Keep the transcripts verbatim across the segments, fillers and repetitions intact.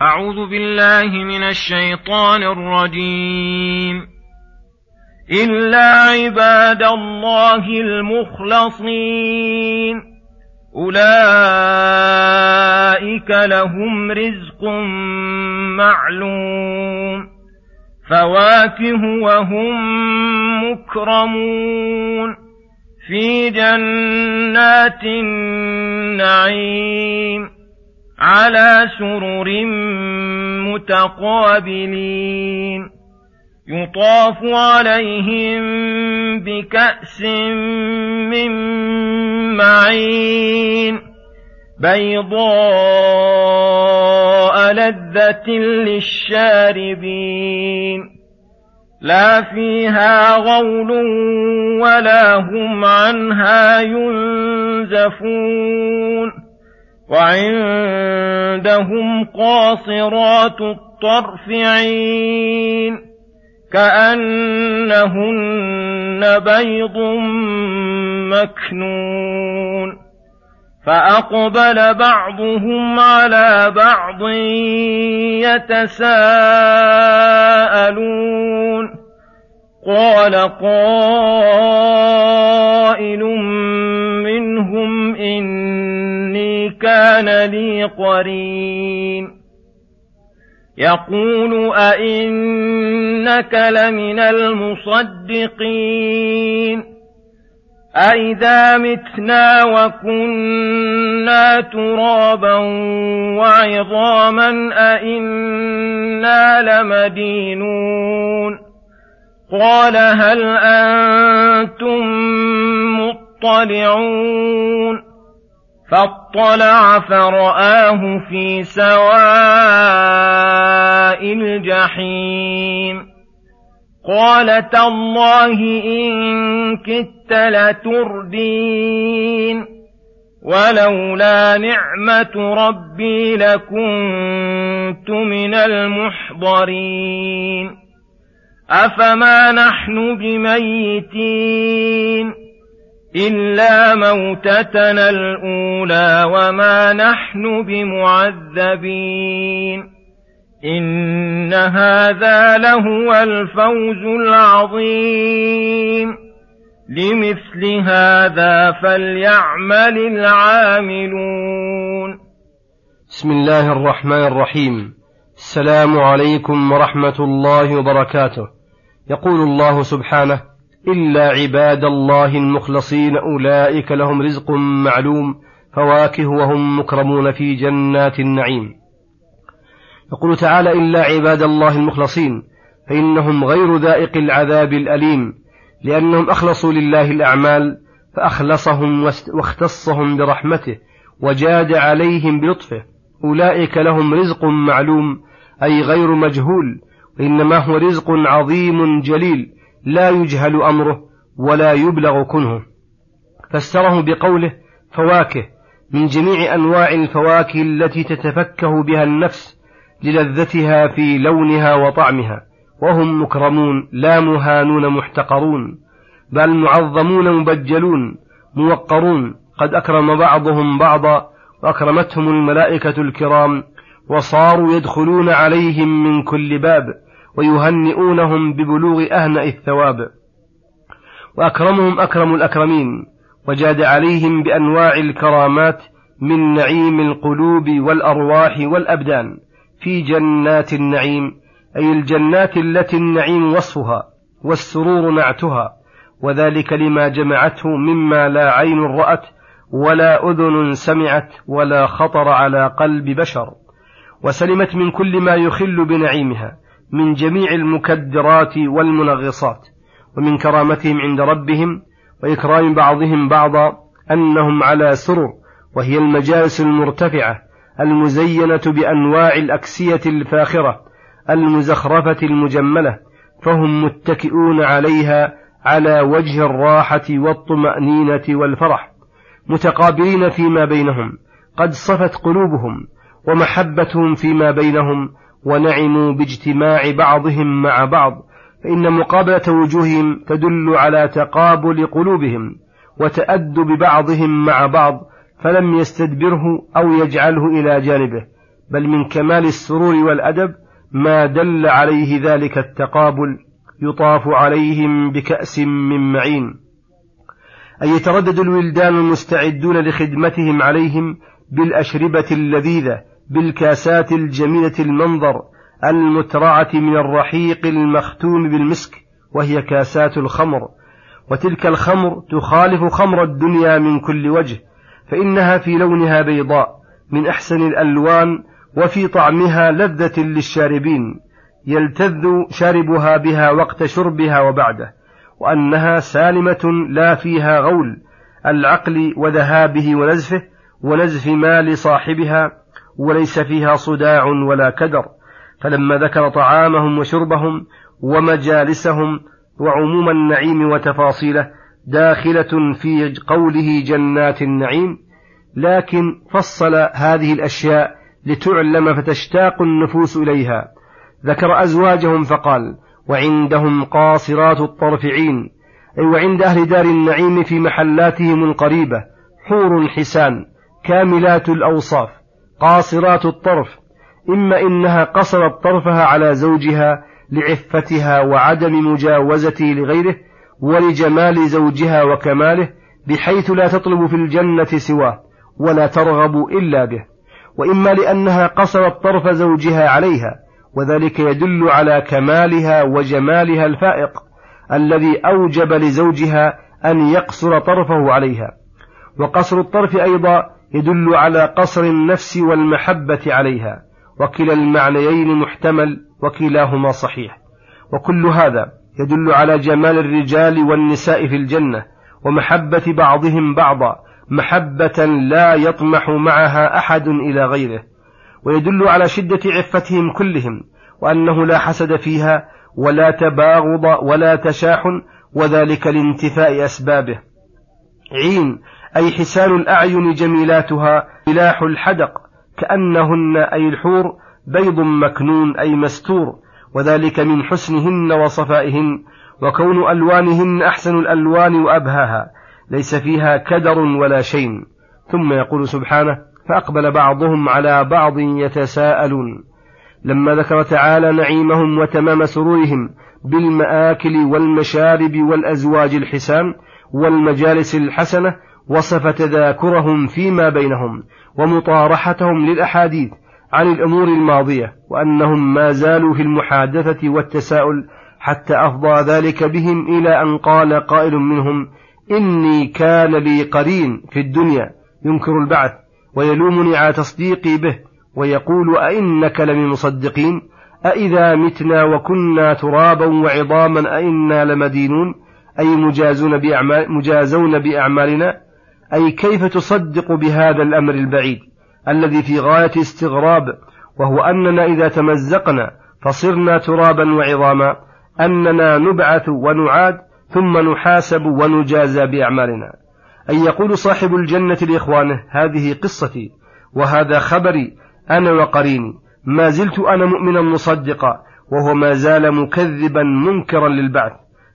أعوذ بالله من الشيطان الرجيم. إلا عباد الله المخلصين أولئك لهم رزق معلوم فواكه وهم مكرمون في جنات النعيم على سرر متقابلين يطاف عليهم بكأس من معين بيضاء لذة للشاربين لا فيها غول ولا هم عنها ينزفون وعندهم قاصرات الطرف عين كأنهن بيض مكنون فأقبل بعضهم على بعض يتساءلون قال قائل منهم إني كان لي قرين يقول أئنك لمن المصدقين أئذا متنا وكنا ترابا وعظاما أئنا لمدينون قال هل أنتم مطلعون فاطلع فرآه في سواء الجحيم قال تالله إن كدت لتردين ولولا نعمة ربي لكنت من المحضرين أفما نحن بميتين إلا موتتنا الأولى وما نحن بمعذبين إن هذا لهو الفوز العظيم لمثل هذا فليعمل العاملون. بسم الله الرحمن الرحيم. السلام عليكم ورحمة الله وبركاته. يقول الله سبحانه إلا عباد الله المخلصين أولئك لهم رزق معلوم فواكه وهم مكرمون في جنات النعيم. يقول تعالى إلا عباد الله المخلصين فإنهم غير ذائق العذاب الأليم لأنهم أخلصوا لله الأعمال فأخلصهم واختصهم برحمته وجاد عليهم بلطفه. أولئك لهم رزق معلوم أي غير مجهول وإنما هو رزق عظيم جليل لا يجهل أمره ولا يبلغ كنهه. فسره بقوله فواكه من جميع أنواع الفواكه التي تتفكه بها النفس للذتها في لونها وطعمها وهم مكرمون لا مهانون محتقرون بل معظمون مبجلون موقرون قد أكرم بعضهم بعضا وأكرمتهم الملائكة الكرام وصاروا يدخلون عليهم من كل باب ويهنئونهم ببلوغ أهنأ الثواب وأكرمهم أكرم الأكرمين وجاد عليهم بأنواع الكرامات من نعيم القلوب والأرواح والأبدان في جنات النعيم أي الجنات التي النعيم وصفها والسرور نعتها وذلك لما جمعته مما لا عين رأت ولا أذن سمعت ولا خطر على قلب بشر وسلمت من كل ما يخل بنعيمها من جميع المكدرات والمنغصات. ومن كرامتهم عند ربهم وإكرام بعضهم بعضا أنهم على سرر وهي المجالس المرتفعة المزينة بأنواع الأكسية الفاخرة المزخرفة المجملة فهم متكئون عليها على وجه الراحة والطمأنينة والفرح متقابلين فيما بينهم قد صفت قلوبهم ومحبتهم فيما بينهم ونعموا باجتماع بعضهم مع بعض فإن مقابلة وجوههم تدل على تقابل قلوبهم وتأدب بعضهم مع بعض فلم يستدبره أو يجعله إلى جانبه بل من كمال السرور والأدب ما دل عليه ذلك التقابل. يطاف عليهم بكأس من معين، أي يتردد الولدان المستعدون لخدمتهم عليهم بالأشربة اللذيذة بالكاسات الجميلة المنظر المترعة من الرحيق المختوم بالمسك، وهي كاسات الخمر. وتلك الخمر تخالف خمر الدنيا من كل وجه، فإنها في لونها بيضاء من أحسن الألوان، وفي طعمها لذة للشاربين يلتذ شاربها بها وقت شربها وبعده، وأنها سالمة لا فيها غول العقل وذهابه ونزفه ونزف مال صاحبها، وليس فيها صداع ولا كدر. فلما ذكر طعامهم وشربهم ومجالسهم وعموم النعيم وتفاصيله داخلة في قوله جنات النعيم، لكن فصل هذه الأشياء لتعلم فتشتاق النفوس إليها. ذكر أزواجهم فقال: وعندهم قاصرات الطرف عين، أي وعند أهل دار النعيم في محلاتهم القريبة حور حسان كاملات الأوصاف قاصرات الطرف، إما إنها قصرت طرفها على زوجها لعفتها وعدم مجاوزته لغيره ولجمال زوجها وكماله، بحيث لا تطلب في الجنة سواه ولا ترغب إلا به، وإما لأنها قصرت طرف زوجها عليها، وذلك يدل على كمالها وجمالها الفائق الذي أوجب لزوجها أن يقصر طرفه عليها. وقصر الطرف أيضا يدل على قصر النفس والمحبة عليها، وكلا المعنيين محتمل وكلاهما صحيح. وكل هذا يدل على جمال الرجال والنساء في الجنة ومحبة بعضهم بعضا محبة لا يطمح معها أحد إلى غيره، ويدل على شدة عفتهم كلهم، وأنه لا حسد فيها ولا تباغض ولا تشاحن، وذلك لانتفاء أسبابه. عين أي حسان الأعين جميلاتها ملاح الحدق، كأنهن أي الحور بيض مكنون أي مستور، وذلك من حسنهن وصفائهن، وكون ألوانهن أحسن الألوان وأبهاها، ليس فيها كدر ولا شين. ثم يقول سبحانه: فأقبل بعضهم على بعض يتساءلون. لما ذكر تعالى نعيمهم وتمام سرورهم بالمآكل والمشارب والأزواج الحسان والمجالس الحسنة، وصف تذاكرهم فيما بينهم ومطارحتهم للأحاديث عن الأمور الماضية، وأنهم ما زالوا في المحادثة والتساؤل حتى أفضى ذلك بهم إلى أن قال قائل منهم: إني كان لي قرين في الدنيا ينكر البعث ويلومني على تصديقي به ويقول: أئنك لمن مصدقين؟ أئذا متنا وكنا ترابا وعظاما أئنا لمدينون؟ أي مجازون بأعمال مجازون بأعمالنا. أي كيف تصدق بهذا الأمر البعيد الذي في غاية استغراب، وهو أننا إذا تمزقنا فصرنا ترابا وعظاما أننا نبعث ونعاد ثم نحاسب ونجازى بأعمالنا. أي يقول صاحب الجنة لإخوانه: هذه قصتي وهذا خبري أنا وقريني، ما زلت أنا مؤمنا مصدقا، وهو ما زال مكذبا منكرا للبعث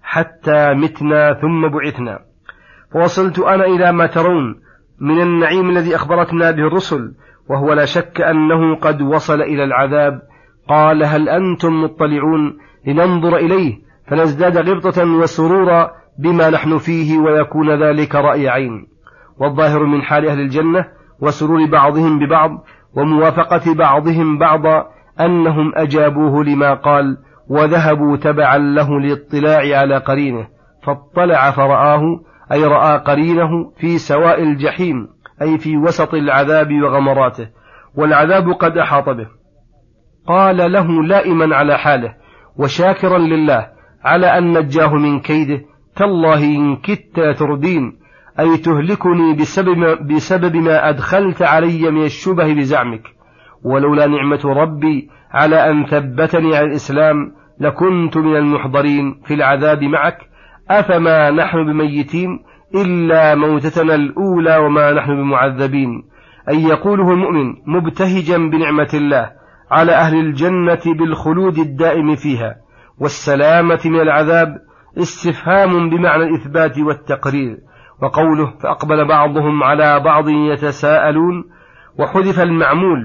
حتى متنا ثم بعثنا. فوصلت أنا إلى ما ترون من النعيم الذي أخبرتنا به الرسل، وهو لا شك أنه قد وصل إلى العذاب. قال: هل أنتم مطلعون لننظر إليه فنزداد غبطة وسرورا بما نحن فيه ويكون ذلك رأي عين. والظاهر من حال أهل الجنة وسرور بعضهم ببعض وموافقة بعضهم بعضا أنهم أجابوه لما قال، وذهبوا تبعا له للاطلاع على قرينه، فاطلع فرآه أي رأى قرينه في سواء الجحيم، أي في وسط العذاب وغمراته، والعذاب قد أحاط به. قال له لائما على حاله وشاكرا لله على أن نجاه من كيده: تالله إن كدت تردين، أي تهلكني بسبب, بسبب ما أدخلت علي من الشبه بزعمك، ولولا نعمة ربي على أن ثبتني على الإسلام لكنت من المحضرين في العذاب معك، أفما نحن بميتين إلا موتتنا الأولى وما نحن بمعذبين. أي يقوله المؤمن مبتهجا بنعمة الله على أهل الجنة بالخلود الدائم فيها والسلامة من العذاب، استفهام بمعنى الإثبات والتقرير. وقوله: فأقبل بعضهم على بعض يتساءلون، وحذف المعمول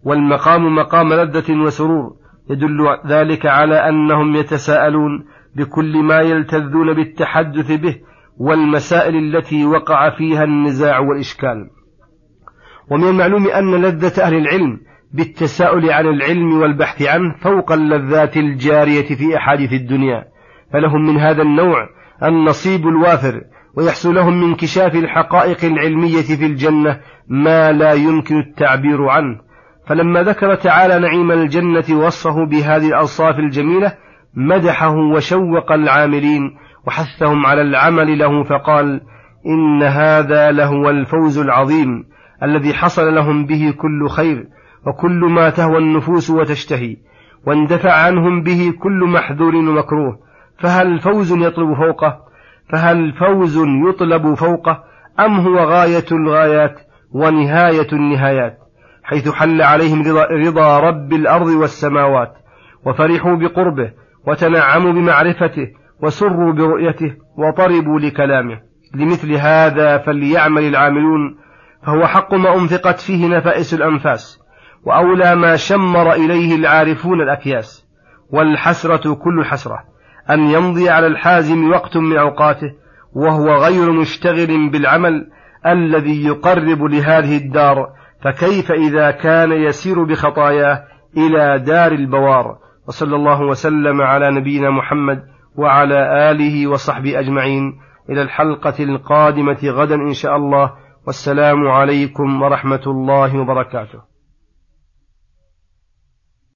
والمقام مقام لذة وسرور، يدل ذلك على أنهم يتساءلون بكل ما يلتذون بالتحدث به والمسائل التي وقع فيها النزاع والإشكال. ومن المعلوم أن لذة أهل العلم بالتساؤل عن العلم والبحث عنه فوق اللذات الجارية في أحاديث الدنيا، فلهم من هذا النوع النصيب الوافر، ويحصل لهم من انكشاف الحقائق العلمية في الجنة ما لا يمكن التعبير عنه. فلما ذكر تعالى نعيم الجنة وصفه بهذه الأوصاف الجميلة مدحه وشوق العاملين وحثهم على العمل له، فقال: إن هذا لهو الفوز العظيم الذي حصل لهم به كل خير وكل ما تهوى النفوس وتشتهي، واندفع عنهم به كل محذور ومكروه. فهل فوز يطلب فوقه فهل فوز يطلب فوقه أم هو غاية الغايات ونهاية النهايات، حيث حل عليهم رضا رب الأرض والسماوات، وفرحوا بقربه وتنعموا بمعرفته وسروا برؤيته وطربوا لكلامه. لمثل هذا فليعمل العاملون، فهو حق ما أنفقت فيه نفائس الأنفاس، وأولى ما شمر إليه العارفون الأكياس. والحسرة كل حسرة أن يمضي على الحازم وقت من أوقاته وهو غير مشتغل بالعمل الذي يقرب لهذه الدار، فكيف إذا كان يسير بخطاياه إلى دار البوار. وصلى الله وسلم على نبينا محمد وعلى آله وصحبه أجمعين. إلى الحلقة القادمة غدا إن شاء الله، والسلام عليكم ورحمة الله وبركاته.